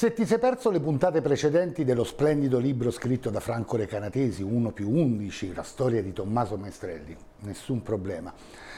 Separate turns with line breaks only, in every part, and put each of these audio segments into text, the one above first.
Se ti sei perso le puntate precedenti dello splendido libro scritto da Franco Recanatesi, 1 più 11, la storia di Tommaso Maestrelli, nessun problema.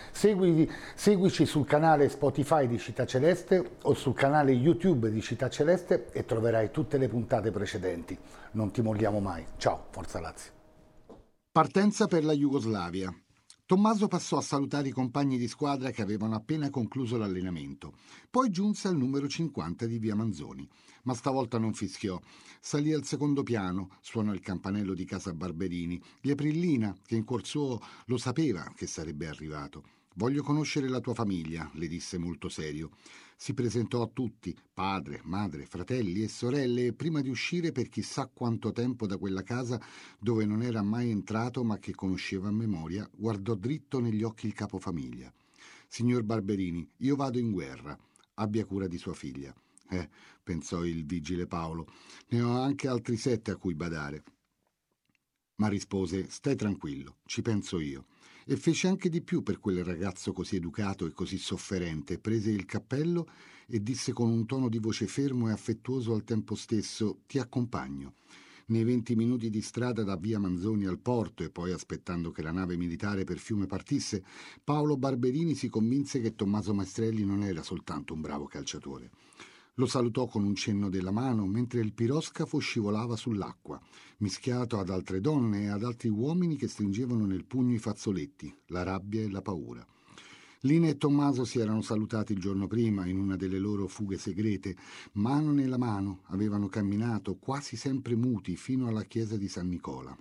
Seguici sul canale Spotify di Città Celeste o sul canale YouTube di Città Celeste e troverai tutte le puntate precedenti. Non ti molliamo mai. Ciao, Forza Lazio. Partenza per la Jugoslavia. Tommaso passò a salutare i compagni di squadra che avevano appena concluso l'allenamento. Poi giunse al numero 50 di via Manzoni, ma stavolta non fischiò. Salì al secondo piano, suonò il campanello di casa Barberini, gli aprì Lina, che in cuor suo lo sapeva che sarebbe arrivato. «Voglio conoscere la tua famiglia», le disse molto serio. Si presentò a tutti, padre, madre, fratelli e sorelle, e prima di uscire per chissà quanto tempo da quella casa dove non era mai entrato ma che conosceva a memoria, guardò dritto negli occhi il capofamiglia. «Signor Barberini, io vado in guerra. Abbia cura di sua figlia». Pensò il vigile Paolo, ne ho anche altri 7 a cui badare. Ma rispose: «Stai tranquillo, ci penso io». E fece anche di più per quel ragazzo così educato e così sofferente. Prese il cappello e disse con un tono di voce fermo e affettuoso al tempo stesso: «Ti accompagno». Nei 20 minuti di strada da via Manzoni al porto e poi aspettando che la nave militare per Fiume partisse, Paolo Barberini si convinse che Tommaso Maestrelli non era soltanto un bravo calciatore. Lo salutò con un cenno della mano mentre il piroscafo scivolava sull'acqua, mischiato ad altre donne e ad altri uomini che stringevano nel pugno i fazzoletti, la rabbia e la paura. Lina e Tommaso si erano salutati il giorno prima in una delle loro fughe segrete. Mano nella mano avevano camminato, quasi sempre muti, fino alla chiesa di San Nicola.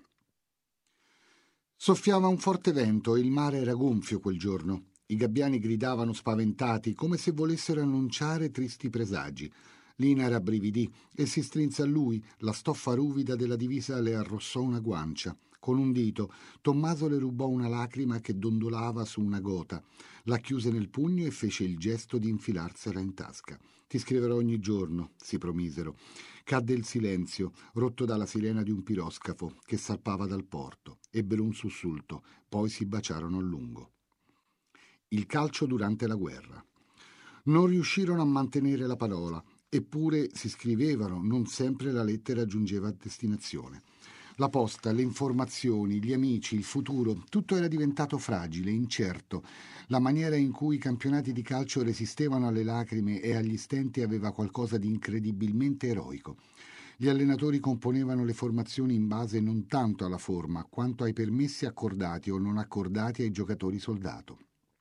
Soffiava un forte vento e il mare era gonfio quel giorno. I gabbiani gridavano spaventati, come se volessero annunciare tristi presagi. Lina rabbrividì e si strinse a lui, la stoffa ruvida della divisa le arrossò una guancia. Con un dito Tommaso le rubò una lacrima che dondolava su una gota, la chiuse nel pugno e fece il gesto di infilarsela in tasca. «Ti scriverò ogni giorno», si promisero. Cadde il silenzio, rotto dalla sirena di un piroscafo che salpava dal porto. Ebbero un sussulto, poi si baciarono a lungo. Il calcio durante la guerra. Non riuscirono a mantenere la parola, eppure si scrivevano, non sempre la lettera giungeva a destinazione. La posta, le informazioni, gli amici, il futuro, tutto era diventato fragile, incerto. La maniera in cui i campionati di calcio resistevano alle lacrime e agli stenti aveva qualcosa di incredibilmente eroico. Gli allenatori componevano le formazioni in base non tanto alla forma, quanto ai permessi accordati o non accordati ai giocatori soldato.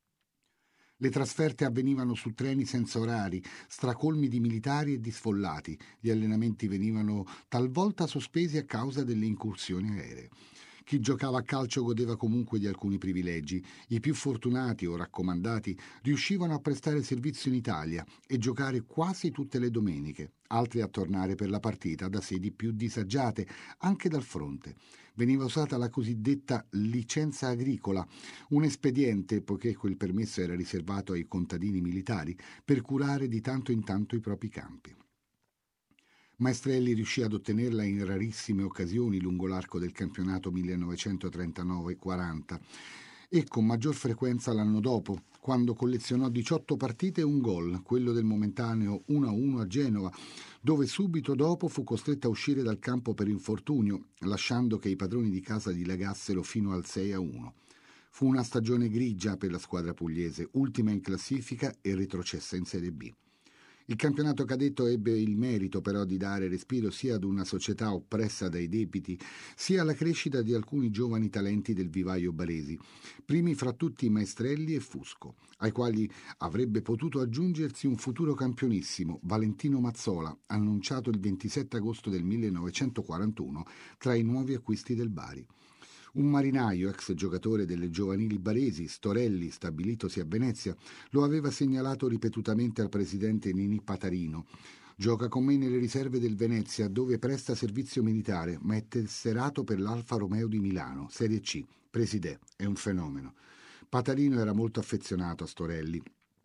Le trasferte avvenivano su treni senza orari, stracolmi di militari e di sfollati. Gli allenamenti venivano talvolta sospesi a causa delle incursioni aeree. Chi giocava a calcio godeva comunque di alcuni privilegi. I più fortunati o raccomandati riuscivano a prestare servizio in Italia e giocare quasi tutte le domeniche, altri a tornare per la partita da sedi più disagiate, anche dal fronte. Veniva usata la cosiddetta licenza agricola, un espediente, poiché quel permesso era riservato ai contadini militari, per curare di tanto in tanto i propri campi. Maestrelli riuscì ad ottenerla in rarissime occasioni lungo l'arco del campionato 1939-40 e con maggior frequenza l'anno dopo, quando collezionò 18 partite e un gol, quello del momentaneo 1-1 a Genova, dove subito dopo fu costretta a uscire dal campo per infortunio, lasciando che i padroni di casa dilagassero fino al 6-1. Fu una stagione grigia per la squadra pugliese, ultima in classifica e retrocessa in Serie B. Il campionato cadetto ebbe il merito però di dare respiro sia ad una società oppressa dai debiti, sia alla crescita di alcuni giovani talenti del vivaio baresi, primi fra tutti Maestrelli e Fusco, ai quali avrebbe potuto aggiungersi un futuro campionissimo, Valentino Mazzola, annunciato il 27 agosto del 1941 tra i nuovi acquisti del Bari. Un marinaio, ex giocatore delle giovanili baresi, Storelli, stabilitosi a Venezia, lo aveva segnalato ripetutamente al presidente Nini Patarino. «Gioca con me nelle riserve del Venezia, dove presta servizio militare, ma è tesserato per l'Alfa Romeo di Milano, Serie C. Presidè, è un fenomeno». Patarino era molto affezionato a Storelli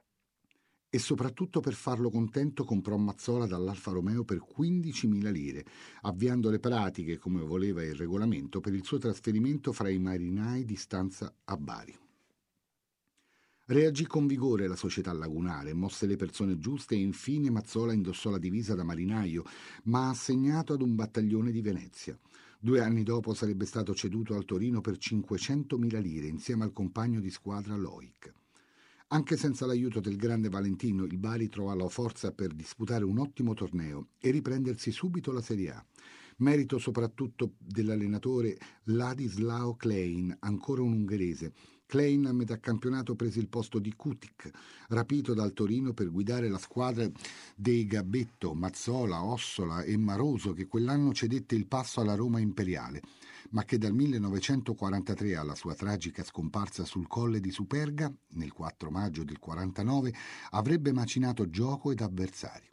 e soprattutto per farlo contento comprò Mazzola dall'Alfa Romeo per 15.000 lire, avviando le pratiche, come voleva il regolamento, per il suo trasferimento fra i marinai di stanza a Bari. Reagì con vigore la società lagunare, mosse le persone giuste e infine Mazzola indossò la divisa da marinaio, ma assegnato ad un battaglione di Venezia. 2 anni dopo sarebbe stato ceduto al Torino per 500.000 lire insieme al compagno di squadra Loic. Anche senza l'aiuto del grande Valentino, il Bari trovò la forza per disputare un ottimo torneo e riprendersi subito la Serie A. Merito soprattutto dell'allenatore Ladislao Klein, ancora un ungherese. Klein a metà campionato prese il posto di Kutik, rapito dal Torino per guidare la squadra dei Gabetto, Mazzola, Ossola e Maroso, che quell'anno cedette il passo alla Roma imperiale, ma che dal 1943 alla sua tragica scomparsa sul colle di Superga, nel 4 maggio del 49, avrebbe macinato gioco ed avversari.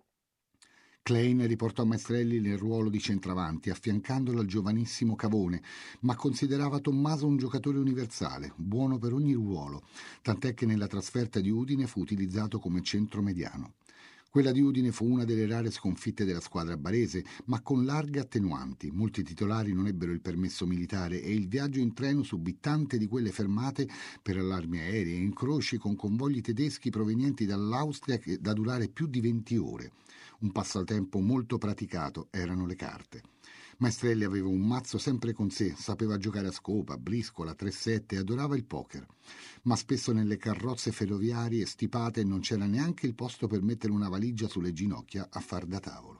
Klein riportò Maestrelli nel ruolo di centravanti, affiancandolo al giovanissimo Cavone, ma considerava Tommaso un giocatore universale, buono per ogni ruolo, tant'è che nella trasferta di Udine fu utilizzato come centromediano. Quella di Udine fu una delle rare sconfitte della squadra barese, ma con larghe attenuanti. Molti titolari non ebbero il permesso militare e il viaggio in treno subì tante di quelle fermate per allarmi aerei e incroci con convogli tedeschi provenienti dall'Austria da durare più di 20 ore. Un passatempo molto praticato erano le carte. Maestrelli aveva un mazzo sempre con sé, sapeva giocare a scopa, briscola, 3-7 e adorava il poker. Ma spesso nelle carrozze ferroviarie stipate non c'era neanche il posto per mettere una valigia sulle ginocchia a far da tavolo.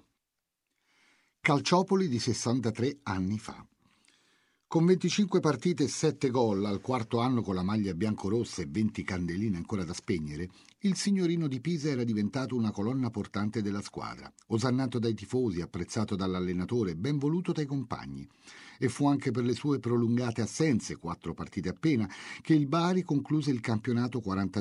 Calciopoli di 63 anni fa. Con 25 partite e 7 gol al quarto anno con la maglia biancorossa e 20 candeline ancora da spegnere, il signorino di Pisa era diventato una colonna portante della squadra, osannato dai tifosi, apprezzato dall'allenatore, ben voluto dai compagni. E fu anche per le sue prolungate assenze, 4 partite appena, che il Bari concluse il campionato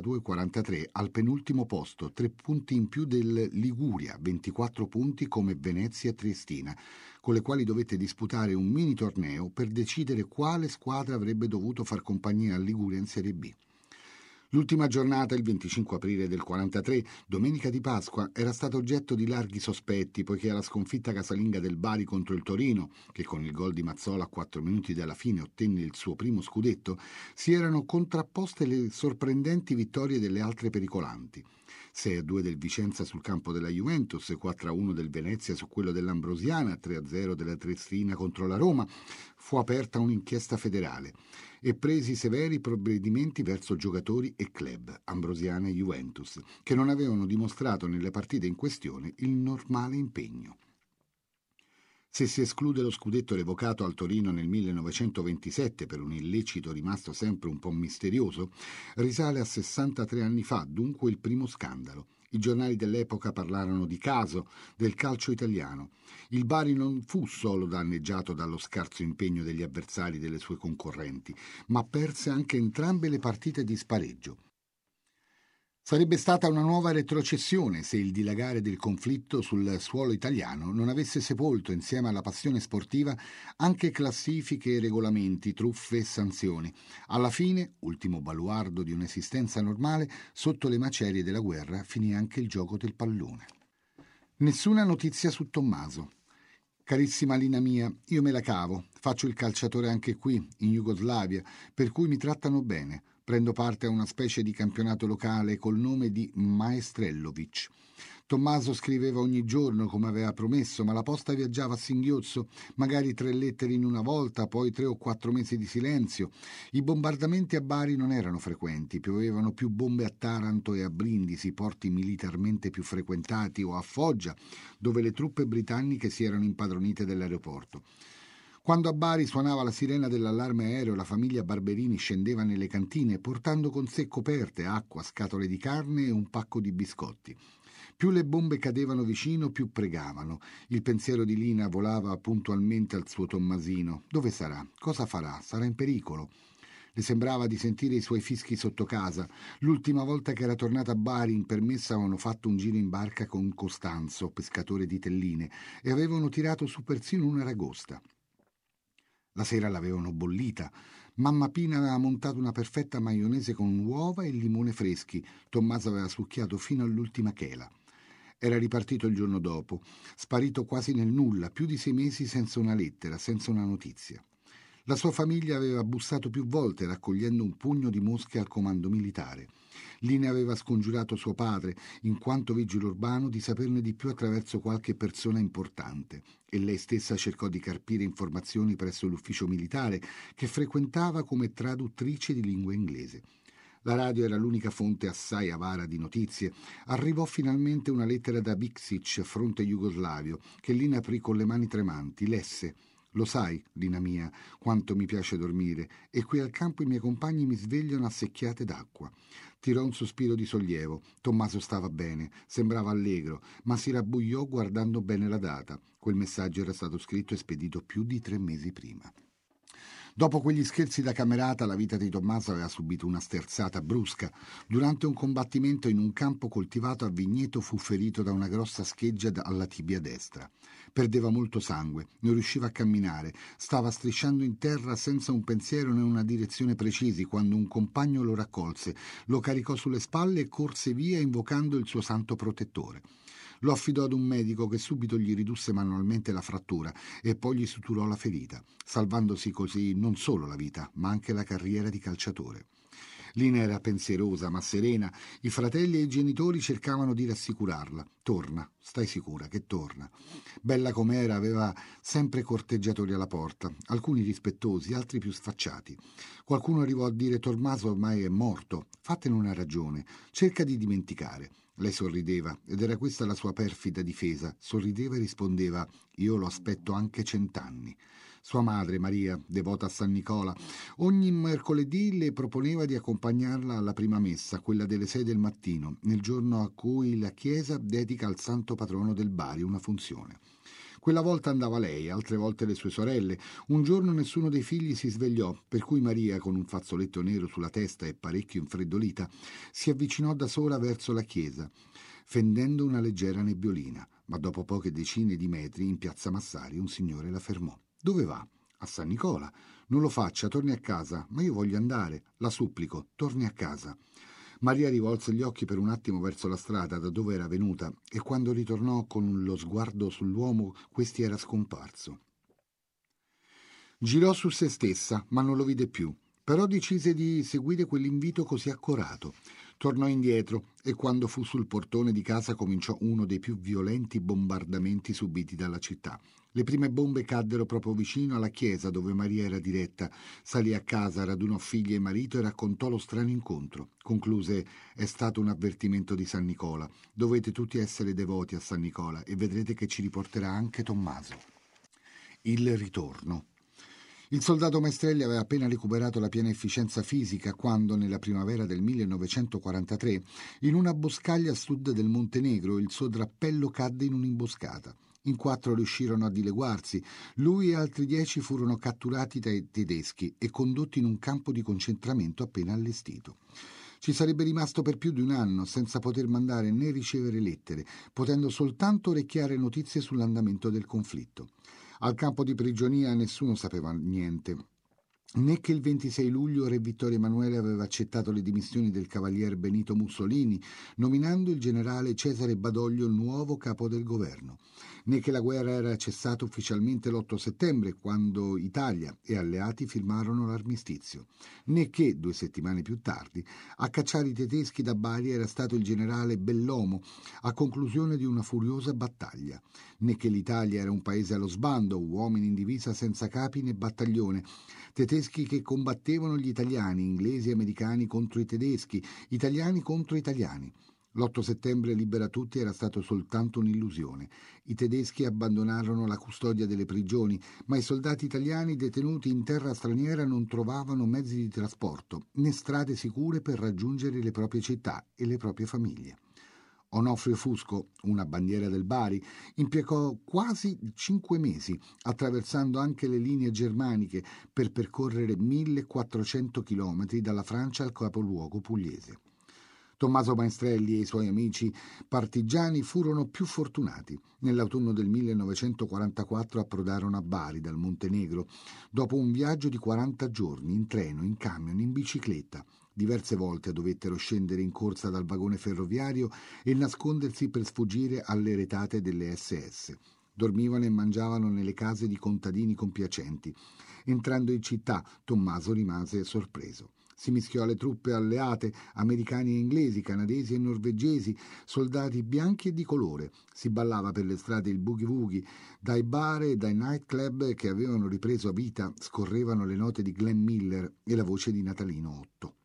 42-43 al penultimo posto, 3 punti in più del Liguria, 24 punti come Venezia e Triestina, con le quali dovette disputare un mini torneo per decidere quale squadra avrebbe dovuto far compagnia al Liguria in Serie B. L'ultima giornata, il 25 aprile del 43, domenica di Pasqua, era stata oggetto di larghi sospetti, poiché alla sconfitta casalinga del Bari contro il Torino, che con il gol di Mazzola a 4 minuti dalla fine ottenne il suo primo scudetto, si erano contrapposte le sorprendenti vittorie delle altre pericolanti. 6-2 del Vicenza sul campo della Juventus, 4-1 del Venezia su quello dell'Ambrosiana, 3-0 della Triestina contro la Roma. Fu aperta un'inchiesta federale e presi severi provvedimenti verso giocatori e club, Ambrosiana e Juventus, che non avevano dimostrato nelle partite in questione il normale impegno. Se si esclude lo scudetto revocato al Torino nel 1927 per un illecito rimasto sempre un po' misterioso, risale a 63 anni fa, dunque il primo scandalo. I giornali dell'epoca parlarono di caso del calcio italiano. Il Bari non fu solo danneggiato dallo scarso impegno degli avversari delle sue concorrenti, ma perse anche entrambe le partite di spareggio. Sarebbe stata una nuova retrocessione se il dilagare del conflitto sul suolo italiano non avesse sepolto insieme alla passione sportiva anche classifiche e regolamenti, truffe e sanzioni. Alla fine, ultimo baluardo di un'esistenza normale, sotto le macerie della guerra finì anche il gioco del pallone. Nessuna notizia su Tommaso. Carissima Lina mia, io me la cavo, faccio il calciatore anche qui, in Jugoslavia, per cui mi trattano bene. Prendo parte a una specie di campionato locale col nome di Maestrellovic. Tommaso scriveva ogni giorno come aveva promesso, ma la posta viaggiava a singhiozzo, magari 3 lettere in una volta, poi 3 o 4 mesi di silenzio. I bombardamenti a Bari non erano frequenti, piovevano più bombe a Taranto e a Brindisi, porti militarmente più frequentati, o a Foggia, dove le truppe britanniche si erano impadronite dell'aeroporto. Quando a Bari suonava la sirena dell'allarme aereo, la famiglia Barberini scendeva nelle cantine portando con sé coperte, acqua, scatole di carne e un pacco di biscotti. Più le bombe cadevano vicino, più pregavano. Il pensiero di Lina volava puntualmente al suo Tommasino. Dove sarà? Cosa farà? Sarà in pericolo? Le sembrava di sentire i suoi fischi sotto casa. L'ultima volta che era tornata a Bari in permessa avevano fatto un giro in barca con Costanzo, pescatore di telline, e avevano tirato su persino una ragosta. La sera l'avevano bollita. Mamma Pina aveva montato una perfetta maionese con uova e limone freschi. Tommaso aveva succhiato fino all'ultima chela. Era ripartito il giorno dopo, sparito quasi nel nulla, più di 6 mesi senza una lettera, senza una notizia. La sua famiglia aveva bussato più volte raccogliendo un pugno di mosche al comando militare. Lina aveva scongiurato suo padre, in quanto vigile urbano, di saperne di più attraverso qualche persona importante, e lei stessa cercò di carpire informazioni presso l'ufficio militare che frequentava come traduttrice di lingua inglese. La radio era l'unica fonte assai avara di notizie. Arrivò finalmente una lettera da Viksic, fronte jugoslavio, che Lina aprì con le mani tremanti. Lesse: «Lo sai, Lina mia, quanto mi piace dormire, e qui al campo i miei compagni mi svegliano a secchiate d'acqua». Tirò un sospiro di sollievo. Tommaso stava bene, sembrava allegro, ma si rabbuiò guardando bene la data. Quel messaggio era stato scritto e spedito più di 3 mesi prima. Dopo quegli scherzi da camerata, la vita di Tommaso aveva subito una sterzata brusca. Durante un combattimento in un campo coltivato a vigneto fu ferito da una grossa scheggia alla tibia destra. Perdeva molto sangue, non riusciva a camminare, stava strisciando in terra senza un pensiero né una direzione precisi quando un compagno lo raccolse, lo caricò sulle spalle e corse via invocando il suo santo protettore. Lo affidò ad un medico che subito gli ridusse manualmente la frattura e poi gli suturò la ferita, salvandosi così non solo la vita, ma anche la carriera di calciatore. Lina era pensierosa ma serena. I fratelli e i genitori cercavano di rassicurarla. «Torna, stai sicura che torna». Bella com'era, aveva sempre corteggiatori alla porta, alcuni rispettosi, altri più sfacciati. Qualcuno arrivò a dire: «Tommaso ormai è morto, fatene una ragione, cerca di dimenticare». Lei sorrideva, ed era questa la sua perfida difesa. Sorrideva e rispondeva: «Io lo aspetto anche 100 anni». Sua madre, Maria, devota a San Nicola, ogni mercoledì le proponeva di accompagnarla alla prima messa, quella delle 6 del mattino, nel giorno a cui la chiesa dedica al santo patrono del Bari una funzione. Quella volta andava lei, altre volte le sue sorelle. Un giorno nessuno dei figli si svegliò, per cui Maria, con un fazzoletto nero sulla testa e parecchio infreddolita, si avvicinò da sola verso la chiesa, fendendo una leggera nebbiolina, ma dopo poche decine di metri, in piazza Massari, un signore la fermò. «Dove va?» «A San Nicola». «Non lo faccia, torni a casa». «Ma io voglio andare». «La supplico, torni a casa». Maria rivolse gli occhi per un attimo verso la strada da dove era venuta e quando ritornò con lo sguardo sull'uomo, questi era scomparso. Girò su se stessa, ma non lo vide più. Però decise di seguire quell'invito così accorato. Tornò indietro e quando fu sul portone di casa cominciò uno dei più violenti bombardamenti subiti dalla città. Le prime bombe caddero proprio vicino alla chiesa dove Maria era diretta. Salì a casa, radunò figli e marito e raccontò lo strano incontro. Concluse: «È stato un avvertimento di San Nicola. Dovete tutti essere devoti a San Nicola e vedrete che ci riporterà anche Tommaso». Il ritorno. Il soldato Maestrelli aveva appena recuperato la piena efficienza fisica quando, nella primavera del 1943, in una boscaglia a sud del Montenegro, il suo drappello cadde in un'imboscata. In 4 riuscirono a dileguarsi. Lui e altri 10 furono catturati dai tedeschi e condotti in un campo di concentramento appena allestito. Ci sarebbe rimasto per più di un anno senza poter mandare né ricevere lettere, potendo soltanto orecchiare notizie sull'andamento del conflitto. Al campo di prigionia nessuno sapeva niente, né che il 26 luglio Re Vittorio Emanuele aveva accettato le dimissioni del cavalier Benito Mussolini, nominando il generale Cesare Badoglio il nuovo capo del governo, né che la guerra era cessata ufficialmente l'8 settembre, quando Italia e alleati firmarono l'armistizio, né che, 2 settimane più tardi, a cacciare i tedeschi da Bari era stato il generale Bellomo, a conclusione di una furiosa battaglia, né che l'Italia era un paese allo sbando, uomini in divisa senza capi né battaglione, tedeschi che combattevano gli italiani, inglesi e americani contro i tedeschi, italiani contro italiani. L'8 settembre libera tutti era stato soltanto un'illusione. I tedeschi abbandonarono la custodia delle prigioni, ma i soldati italiani detenuti in terra straniera non trovavano mezzi di trasporto né strade sicure per raggiungere le proprie città e le proprie famiglie. Onofrio Fusco, una bandiera del Bari, impiegò quasi 5 mesi, attraversando anche le linee germaniche, per percorrere 1400 chilometri dalla Francia al capoluogo pugliese. Tommaso Maestrelli e i suoi amici partigiani furono più fortunati. Nell'autunno del 1944 approdarono a Bari dal Montenegro, dopo un viaggio di 40 giorni, in treno, in camion, in bicicletta. Diverse volte dovettero scendere in corsa dal vagone ferroviario e nascondersi per sfuggire alle retate delle SS. Dormivano e mangiavano nelle case di contadini compiacenti. Entrando in città, Tommaso rimase sorpreso. Si mischiò alle truppe alleate, americani e inglesi, canadesi e norvegesi, soldati bianchi e di colore. Si ballava per le strade il boogie-woogie. Dai bar e dai nightclub che avevano ripreso a vita scorrevano le note di Glenn Miller e la voce di Natalino Otto.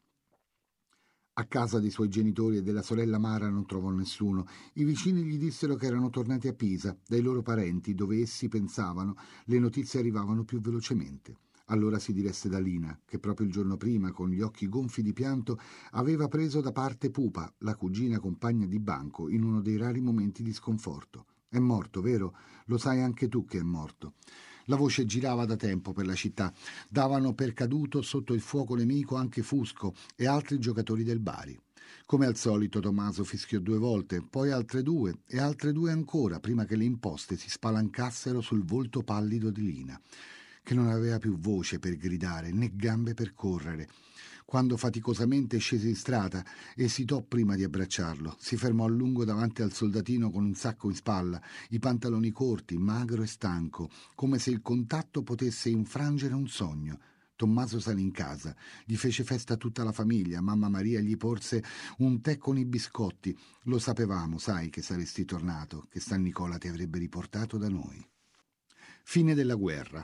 A casa dei suoi genitori e della sorella Mara non trovò nessuno. I vicini gli dissero che erano tornati a Pisa, dai loro parenti, dove essi pensavano le notizie arrivavano più velocemente. Allora si diresse da Lina, che proprio il giorno prima, con gli occhi gonfi di pianto, aveva preso da parte Pupa, la cugina compagna di banco, in uno dei rari momenti di sconforto. È morto, vero? Lo sai anche tu che è morto. La voce girava da tempo per la città. Davano per caduto sotto il fuoco nemico anche Fusco e altri giocatori del Bari. Come al solito Tommaso fischiò 2 volte, poi altre 2 e altre 2 ancora, prima che le imposte si spalancassero sul volto pallido di Lina, che non aveva più voce per gridare né gambe per correre. Quando faticosamente scese in strada, esitò prima di abbracciarlo. Si fermò a lungo davanti al soldatino con un sacco in spalla, i pantaloni corti, magro e stanco, come se il contatto potesse infrangere un sogno. Tommaso salì in casa, gli fece festa tutta la famiglia, mamma Maria gli porse un tè con i biscotti. Lo sapevamo, sai che saresti tornato, che San Nicola ti avrebbe riportato da noi. Fine della guerra.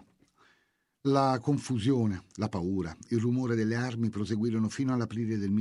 La confusione, la paura, il rumore delle armi proseguirono fino all'aprile del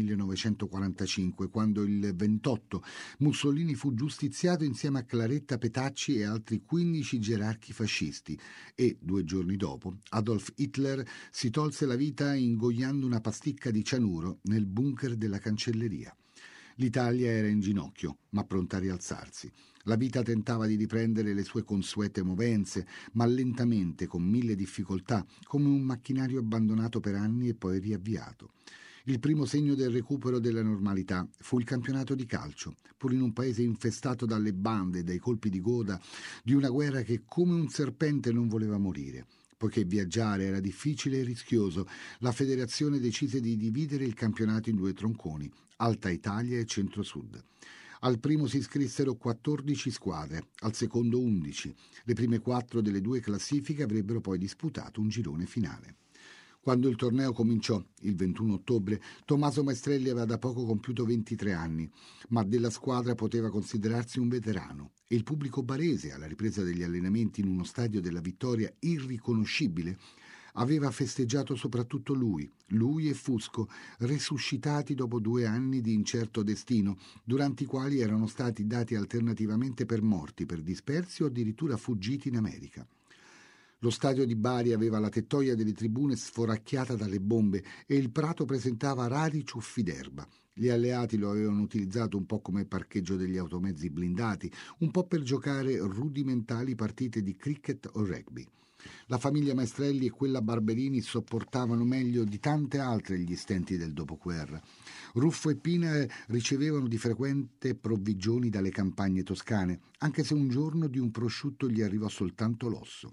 1945, quando il 28 Mussolini fu giustiziato insieme a Claretta Petacci e altri 15 gerarchi fascisti e, 2 giorni dopo, Adolf Hitler si tolse la vita ingoiando una pasticca di cianuro nel bunker della cancelleria. L'Italia era in ginocchio, ma pronta a rialzarsi. La vita tentava di riprendere le sue consuete movenze, ma lentamente, con 1000 difficoltà, come un macchinario abbandonato per anni e poi riavviato. Il primo segno del recupero della normalità fu il campionato di calcio, pur in un paese infestato dalle bande e dai colpi di coda di una guerra che come un serpente non voleva morire. Poiché viaggiare era difficile e rischioso, la federazione decise di dividere il campionato in 2 tronconi, Alta Italia e Centro-Sud. Al primo si iscrissero 14 squadre, al secondo 11. Le prime 4 delle 2 classifiche avrebbero poi disputato un girone finale. Quando il torneo cominciò, il 21 ottobre, Tommaso Maestrelli aveva da poco compiuto 23 anni, ma della squadra poteva considerarsi un veterano e il pubblico barese, alla ripresa degli allenamenti in uno stadio della Vittoria irriconoscibile, aveva festeggiato soprattutto lui e Fusco, resuscitati dopo 2 anni di incerto destino, durante i quali erano stati dati alternativamente per morti, per dispersi o addirittura fuggiti in America. Lo stadio di Bari aveva la tettoia delle tribune sforacchiata dalle bombe e il prato presentava rari ciuffi d'erba. Gli alleati lo avevano utilizzato un po' come parcheggio degli automezzi blindati, un po' per giocare rudimentali partite di cricket o rugby. La famiglia Maestrelli e quella Barberini sopportavano meglio di tante altre gli stenti del dopoguerra. Ruffo e Pina ricevevano di frequente provvigioni dalle campagne toscane, anche se un giorno di un prosciutto gli arrivò soltanto l'osso.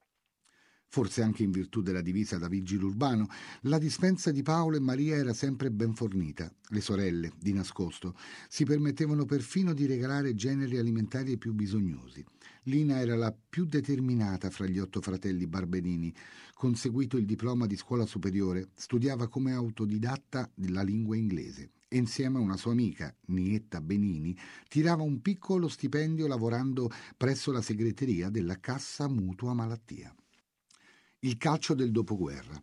Forse anche in virtù della divisa da vigile urbano, la dispensa di Paolo e Maria era sempre ben fornita. Le sorelle, di nascosto, si permettevano perfino di regalare generi alimentari ai più bisognosi. Lina era la più determinata fra gli 8 fratelli Barberini. Conseguito il diploma di scuola superiore, studiava come autodidatta la lingua inglese e insieme a una sua amica, Nietta Benini, tirava un piccolo stipendio lavorando presso la segreteria della Cassa Mutua Malattia. Il calcio del dopoguerra.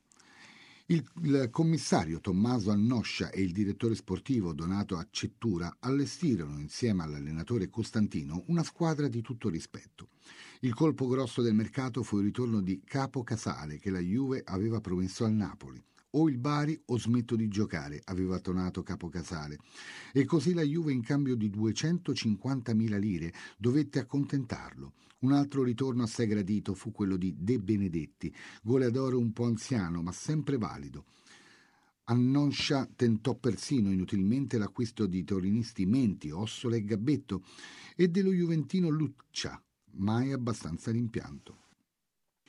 Il commissario Tommaso Annoscia e il direttore sportivo Donato Accettura allestirono insieme all'allenatore Costantino una squadra di tutto rispetto. Il colpo grosso del mercato fu il ritorno di Capo Casale che la Juve aveva promesso al Napoli. O il Bari o smetto di giocare, aveva tonato Capo Casale. E così la Juve in cambio di 250.000 lire dovette accontentarlo. Un altro ritorno assai gradito fu quello di De Benedetti, goleadore un po' anziano ma sempre valido. Annoscia tentò persino inutilmente l'acquisto di torinisti Menti, Ossola e Gabbetto e dello juventino Luccia, mai abbastanza rimpianto.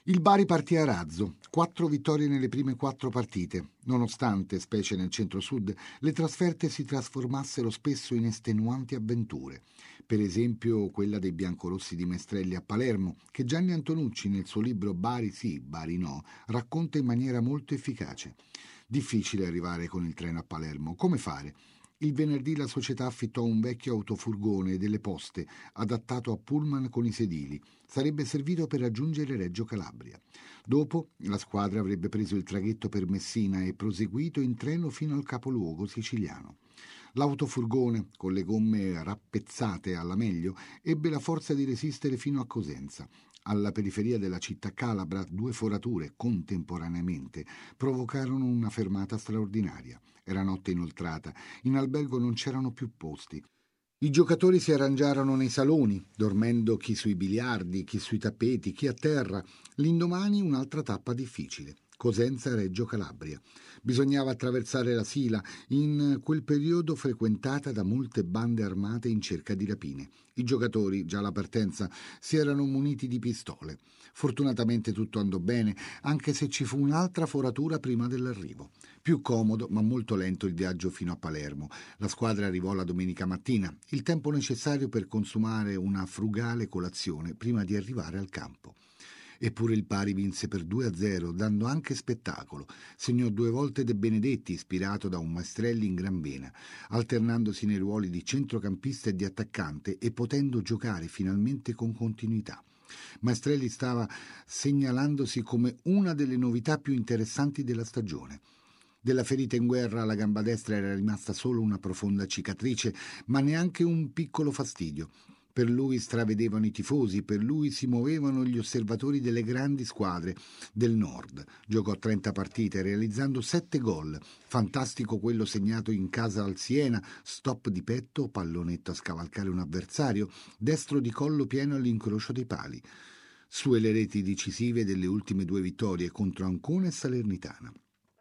Il Bari partì a razzo, 4 vittorie nelle prime 4 partite, nonostante, specie nel centro-sud, le trasferte si trasformassero spesso in estenuanti avventure. Per esempio quella dei biancorossi di Maestrelli a Palermo, che Gianni Antonucci nel suo libro Bari sì, Bari no, racconta in maniera molto efficace. Difficile arrivare con il treno a Palermo, come fare? Il venerdì la società affittò un vecchio autofurgone delle poste, adattato a pullman con i sedili. Sarebbe servito per raggiungere Reggio Calabria. Dopo la squadra avrebbe preso il traghetto per Messina e proseguito in treno fino al capoluogo siciliano. L'autofurgone, con le gomme rappezzate alla meglio, ebbe la forza di resistere fino a Cosenza. Alla periferia della città calabra, 2 forature contemporaneamente provocarono una fermata straordinaria. Era notte inoltrata, in albergo non c'erano più posti. I giocatori si arrangiarono nei saloni, dormendo chi sui biliardi, chi sui tappeti, chi a terra. L'indomani un'altra tappa difficile. Cosenza-Reggio Calabria. Bisognava attraversare la Sila, in quel periodo frequentata da molte bande armate in cerca di rapine. I giocatori, già alla partenza, si erano muniti di pistole. Fortunatamente tutto andò bene, anche se ci fu un'altra foratura prima dell'arrivo. Più comodo, ma molto lento il viaggio fino a Palermo. La squadra arrivò la domenica mattina, il tempo necessario per consumare una frugale colazione prima di arrivare al campo. Eppure il Bari vinse per 2-0, dando anche spettacolo. Segnò 2 volte De Benedetti, ispirato da un Maestrelli in gran vena, alternandosi nei ruoli di centrocampista e di attaccante e potendo giocare finalmente con continuità. Maestrelli stava segnalandosi come una delle novità più interessanti della stagione. Della ferita in guerra alla gamba destra era rimasta solo una profonda cicatrice, ma neanche un piccolo fastidio. Per lui stravedevano i tifosi, per lui si muovevano gli osservatori delle grandi squadre del nord. Giocò 30 partite, realizzando 7 gol. Fantastico quello segnato in casa al Siena, stop di petto, pallonetto a scavalcare un avversario, destro di collo pieno all'incrocio dei pali. Sue le reti decisive delle ultime 2 vittorie contro Ancona e Salernitana.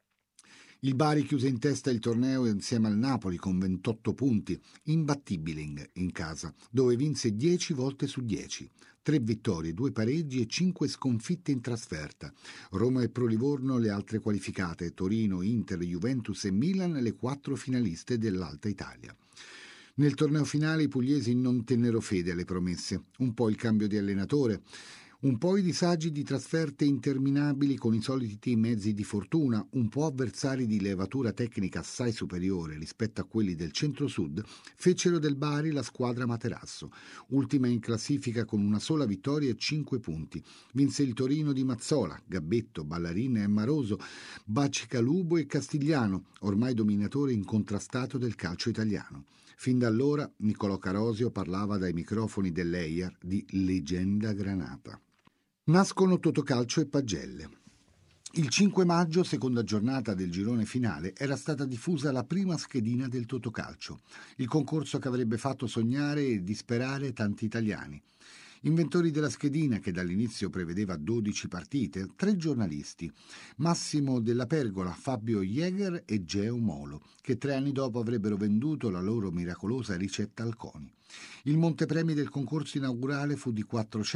Il Bari chiuse in testa il torneo insieme al Napoli con 28 punti, imbattibile in casa, dove vinse 10 volte su 10. 3 vittorie, 2 pareggi e 5 sconfitte in trasferta. Roma e Pro Livorno le altre qualificate, Torino, Inter, Juventus e Milan le 4 finaliste dell'Alta Italia. Nel torneo finale i pugliesi non tennero fede alle promesse, un po' il cambio di allenatore, un po' i disagi di trasferte interminabili con i soliti mezzi di fortuna, un po' avversari di levatura tecnica assai superiore rispetto a quelli del centro-sud, fecero del Bari la squadra materasso, ultima in classifica con una sola vittoria e 5 punti. Vinse il Torino di Mazzola, Gabetto, Ballarin e Maroso, Bacicalubo e Castigliano, ormai dominatore incontrastato del calcio italiano. Fin da allora Nicolò Carosio parlava dai microfoni dell'Eiar di leggenda granata. Nascono Totocalcio e Pagelle. Il 5 maggio, seconda giornata del girone finale, era stata diffusa la prima schedina del Totocalcio, il concorso che avrebbe fatto sognare e disperare tanti italiani. Inventori della schedina, che dall'inizio prevedeva 12 partite, 3 giornalisti, Massimo della Pergola, Fabio Jäger e Geo Molo, che 3 anni dopo avrebbero venduto la loro miracolosa ricetta al CONI. Il montepremi del concorso inaugurale fu di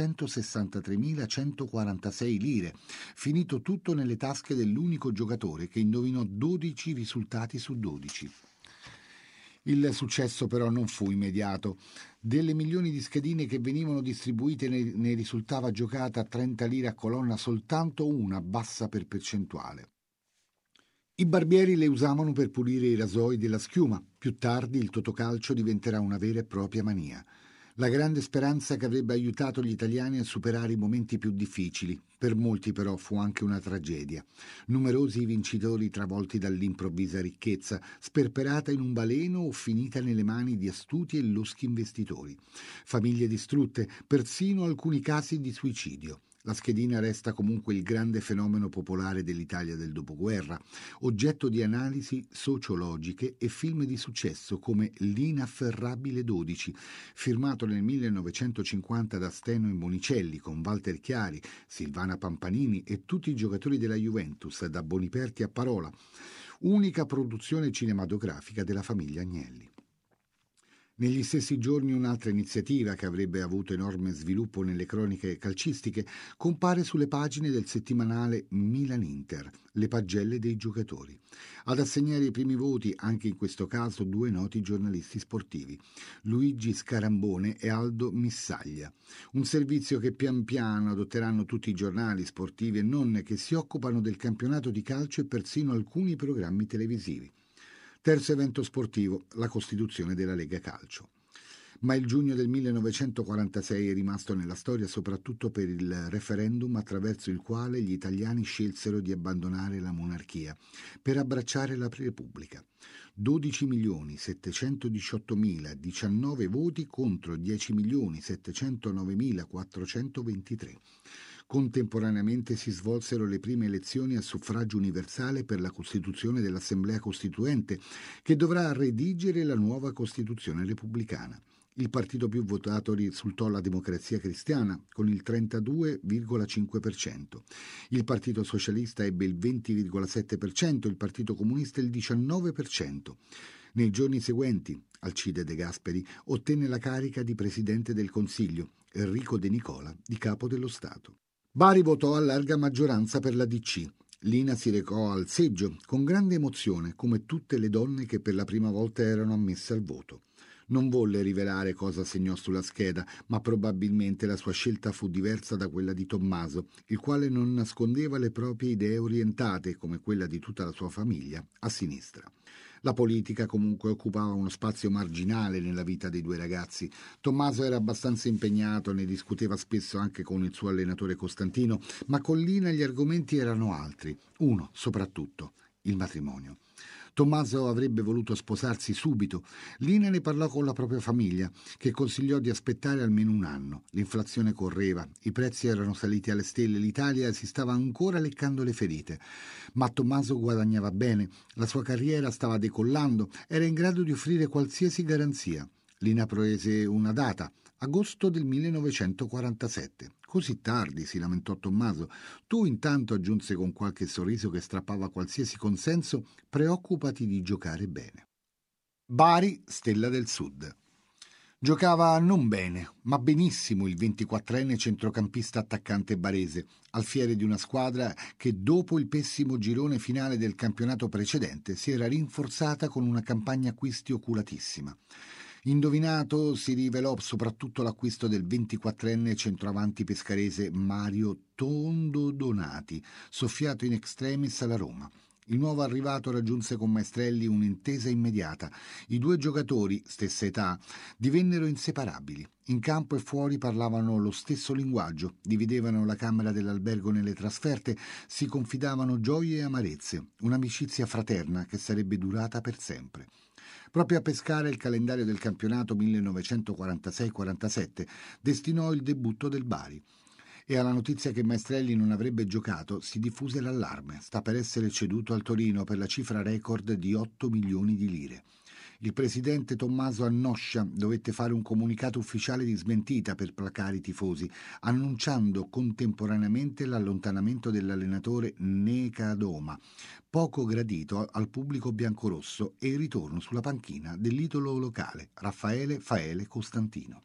463.146 lire, finito tutto nelle tasche dell'unico giocatore che indovinò 12 risultati su 12. Il successo però non fu immediato. Delle milioni di schedine che venivano distribuite ne risultava giocata a 30 lire a colonna soltanto una, bassa per percentuale. I barbieri le usavano per pulire i rasoi della schiuma. Più tardi il Totocalcio diventerà una vera e propria mania. La grande speranza che avrebbe aiutato gli italiani a superare i momenti più difficili. Per molti però fu anche una tragedia. Numerosi i vincitori travolti dall'improvvisa ricchezza, sperperata in un baleno o finita nelle mani di astuti e loschi investitori. Famiglie distrutte, persino alcuni casi di suicidio. La schedina resta comunque il grande fenomeno popolare dell'Italia del dopoguerra, oggetto di analisi sociologiche e film di successo come L'inafferrabile 12, firmato nel 1950 da Steno e Monicelli con Walter Chiari, Silvana Pampanini e tutti i giocatori della Juventus, da Boniperti a Parola, unica produzione cinematografica della famiglia Agnelli. Negli stessi giorni un'altra iniziativa, che avrebbe avuto enorme sviluppo nelle croniche calcistiche, compare sulle pagine del settimanale Milan-Inter, le pagelle dei giocatori. Ad assegnare i primi voti, anche in questo caso, due noti giornalisti sportivi, Luigi Scarambone e Aldo Missaglia. Un servizio che pian piano adotteranno tutti i giornali sportivi e non, che si occupano del campionato di calcio e persino alcuni programmi televisivi. Terzo evento sportivo, la costituzione della Lega Calcio. Ma il giugno del 1946 è rimasto nella storia soprattutto per il referendum attraverso il quale gli italiani scelsero di abbandonare la monarchia per abbracciare la Repubblica. 12.718.019 voti contro 10.709.423. Contemporaneamente si svolsero le prime elezioni a suffragio universale per la costituzione dell'Assemblea Costituente, che dovrà redigere la nuova Costituzione repubblicana. Il partito più votato risultò la Democrazia Cristiana, con il 32,5%. Il Partito Socialista ebbe il 20,7%, il Partito Comunista il 19%. Nei giorni seguenti, Alcide De Gasperi ottenne la carica di Presidente del Consiglio, Enrico De Nicola di Capo dello Stato. Bari votò a larga maggioranza per la DC. Lina si recò al seggio con grande emozione, come tutte le donne che per la prima volta erano ammesse al voto. Non volle rivelare cosa segnò sulla scheda, ma probabilmente la sua scelta fu diversa da quella di Tommaso, il quale non nascondeva le proprie idee orientate, come quella di tutta la sua famiglia, a sinistra. La politica comunque occupava uno spazio marginale nella vita dei due ragazzi. Tommaso era abbastanza impegnato, ne discuteva spesso anche con il suo allenatore Costantino, ma con Lina gli argomenti erano altri. Uno, soprattutto, il matrimonio. Tommaso avrebbe voluto sposarsi subito. Lina ne parlò con la propria famiglia, che consigliò di aspettare almeno un anno. L'inflazione correva, i prezzi erano saliti alle stelle, l'Italia si stava ancora leccando le ferite. Ma Tommaso guadagnava bene, la sua carriera stava decollando, era in grado di offrire qualsiasi garanzia. Lina prese una data, agosto del 1947. Così tardi, si lamentò Tommaso. Tu intanto, aggiunse con qualche sorriso che strappava qualsiasi consenso, preoccupati di giocare bene. Bari, Stella del Sud. Giocava non bene, ma benissimo il 24enne centrocampista attaccante barese, alfiere di una squadra che dopo il pessimo girone finale del campionato precedente si era rinforzata con una campagna acquisti oculatissima. Indovinato si rivelò soprattutto l'acquisto del 24enne centroavanti pescarese Mario Tondo Donati, soffiato in extremis alla Roma. Il nuovo arrivato raggiunse con Maestrelli un'intesa immediata. I due giocatori, stessa età, divennero inseparabili. In campo e fuori parlavano lo stesso linguaggio, dividevano la camera dell'albergo nelle trasferte, si confidavano gioie e amarezze, un'amicizia fraterna che sarebbe durata per sempre. Proprio a pescare il calendario del campionato 1946-47 destinò il debutto del Bari. E alla notizia che Maestrelli non avrebbe giocato si diffuse l'allarme. Sta per essere ceduto al Torino per la cifra record di 8 milioni di lire. Il presidente Tommaso Annoscia dovette fare un comunicato ufficiale di smentita per placare i tifosi, annunciando contemporaneamente l'allontanamento dell'allenatore Necadoma, poco gradito al pubblico biancorosso, e il ritorno sulla panchina dell'idolo locale, Raffaele Faele Costantino.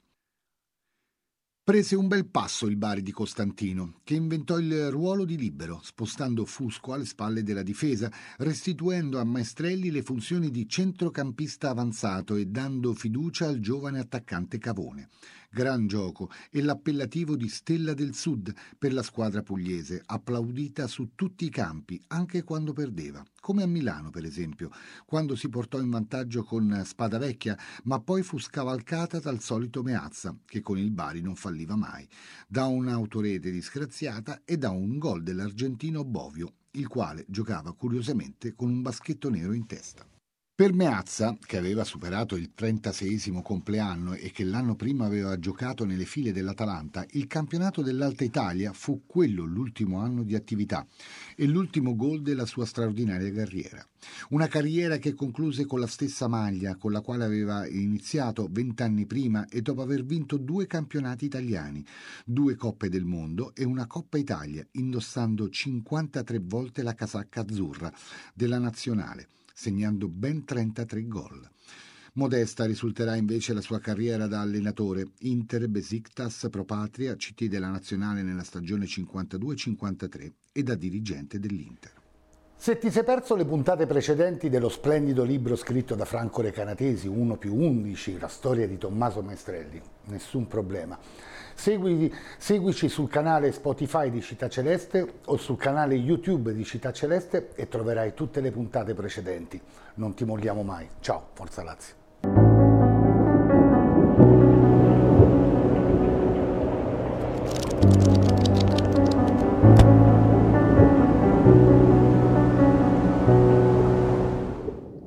Prese un bel passo il Bari di Costantino, che inventò il ruolo di libero, spostando Fusco alle spalle della difesa, restituendo a Maestrelli le funzioni di centrocampista avanzato e dando fiducia al giovane attaccante Cavone. Gran gioco e l'appellativo di Stella del Sud per la squadra pugliese, applaudita su tutti i campi, anche quando perdeva, come a Milano per esempio, quando si portò in vantaggio con Spadavecchia, ma poi fu scavalcata dal solito Meazza, che con il Bari non falliva mai, da un'autorete disgraziata e da un gol dell'argentino Bovio, il quale giocava curiosamente con un baschetto nero in testa. Per Meazza, che aveva superato il 36esimo compleanno e che l'anno prima aveva giocato nelle file dell'Atalanta, il campionato dell'Alta Italia fu quello l'ultimo anno di attività e l'ultimo gol della sua straordinaria carriera. Una carriera che concluse con la stessa maglia con la quale aveva iniziato 20 anni prima e dopo aver vinto 2 campionati italiani, 2 Coppe del Mondo e una Coppa Italia, indossando 53 volte la casacca azzurra della nazionale, segnando ben 33 gol. Modesta risulterà invece la sua carriera da allenatore. Inter, Besiktas, Pro Patria, CT della Nazionale nella stagione 52-53 e da dirigente dell'Inter. Se ti sei perso le puntate precedenti dello splendido libro scritto da Franco Recanatesi, 1+11, la storia di Tommaso Maestrelli, nessun problema. Seguici sul canale Spotify di Città Celeste o sul canale YouTube di Città Celeste e troverai tutte le puntate precedenti. Non ti molliamo mai. Ciao, Forza Lazio.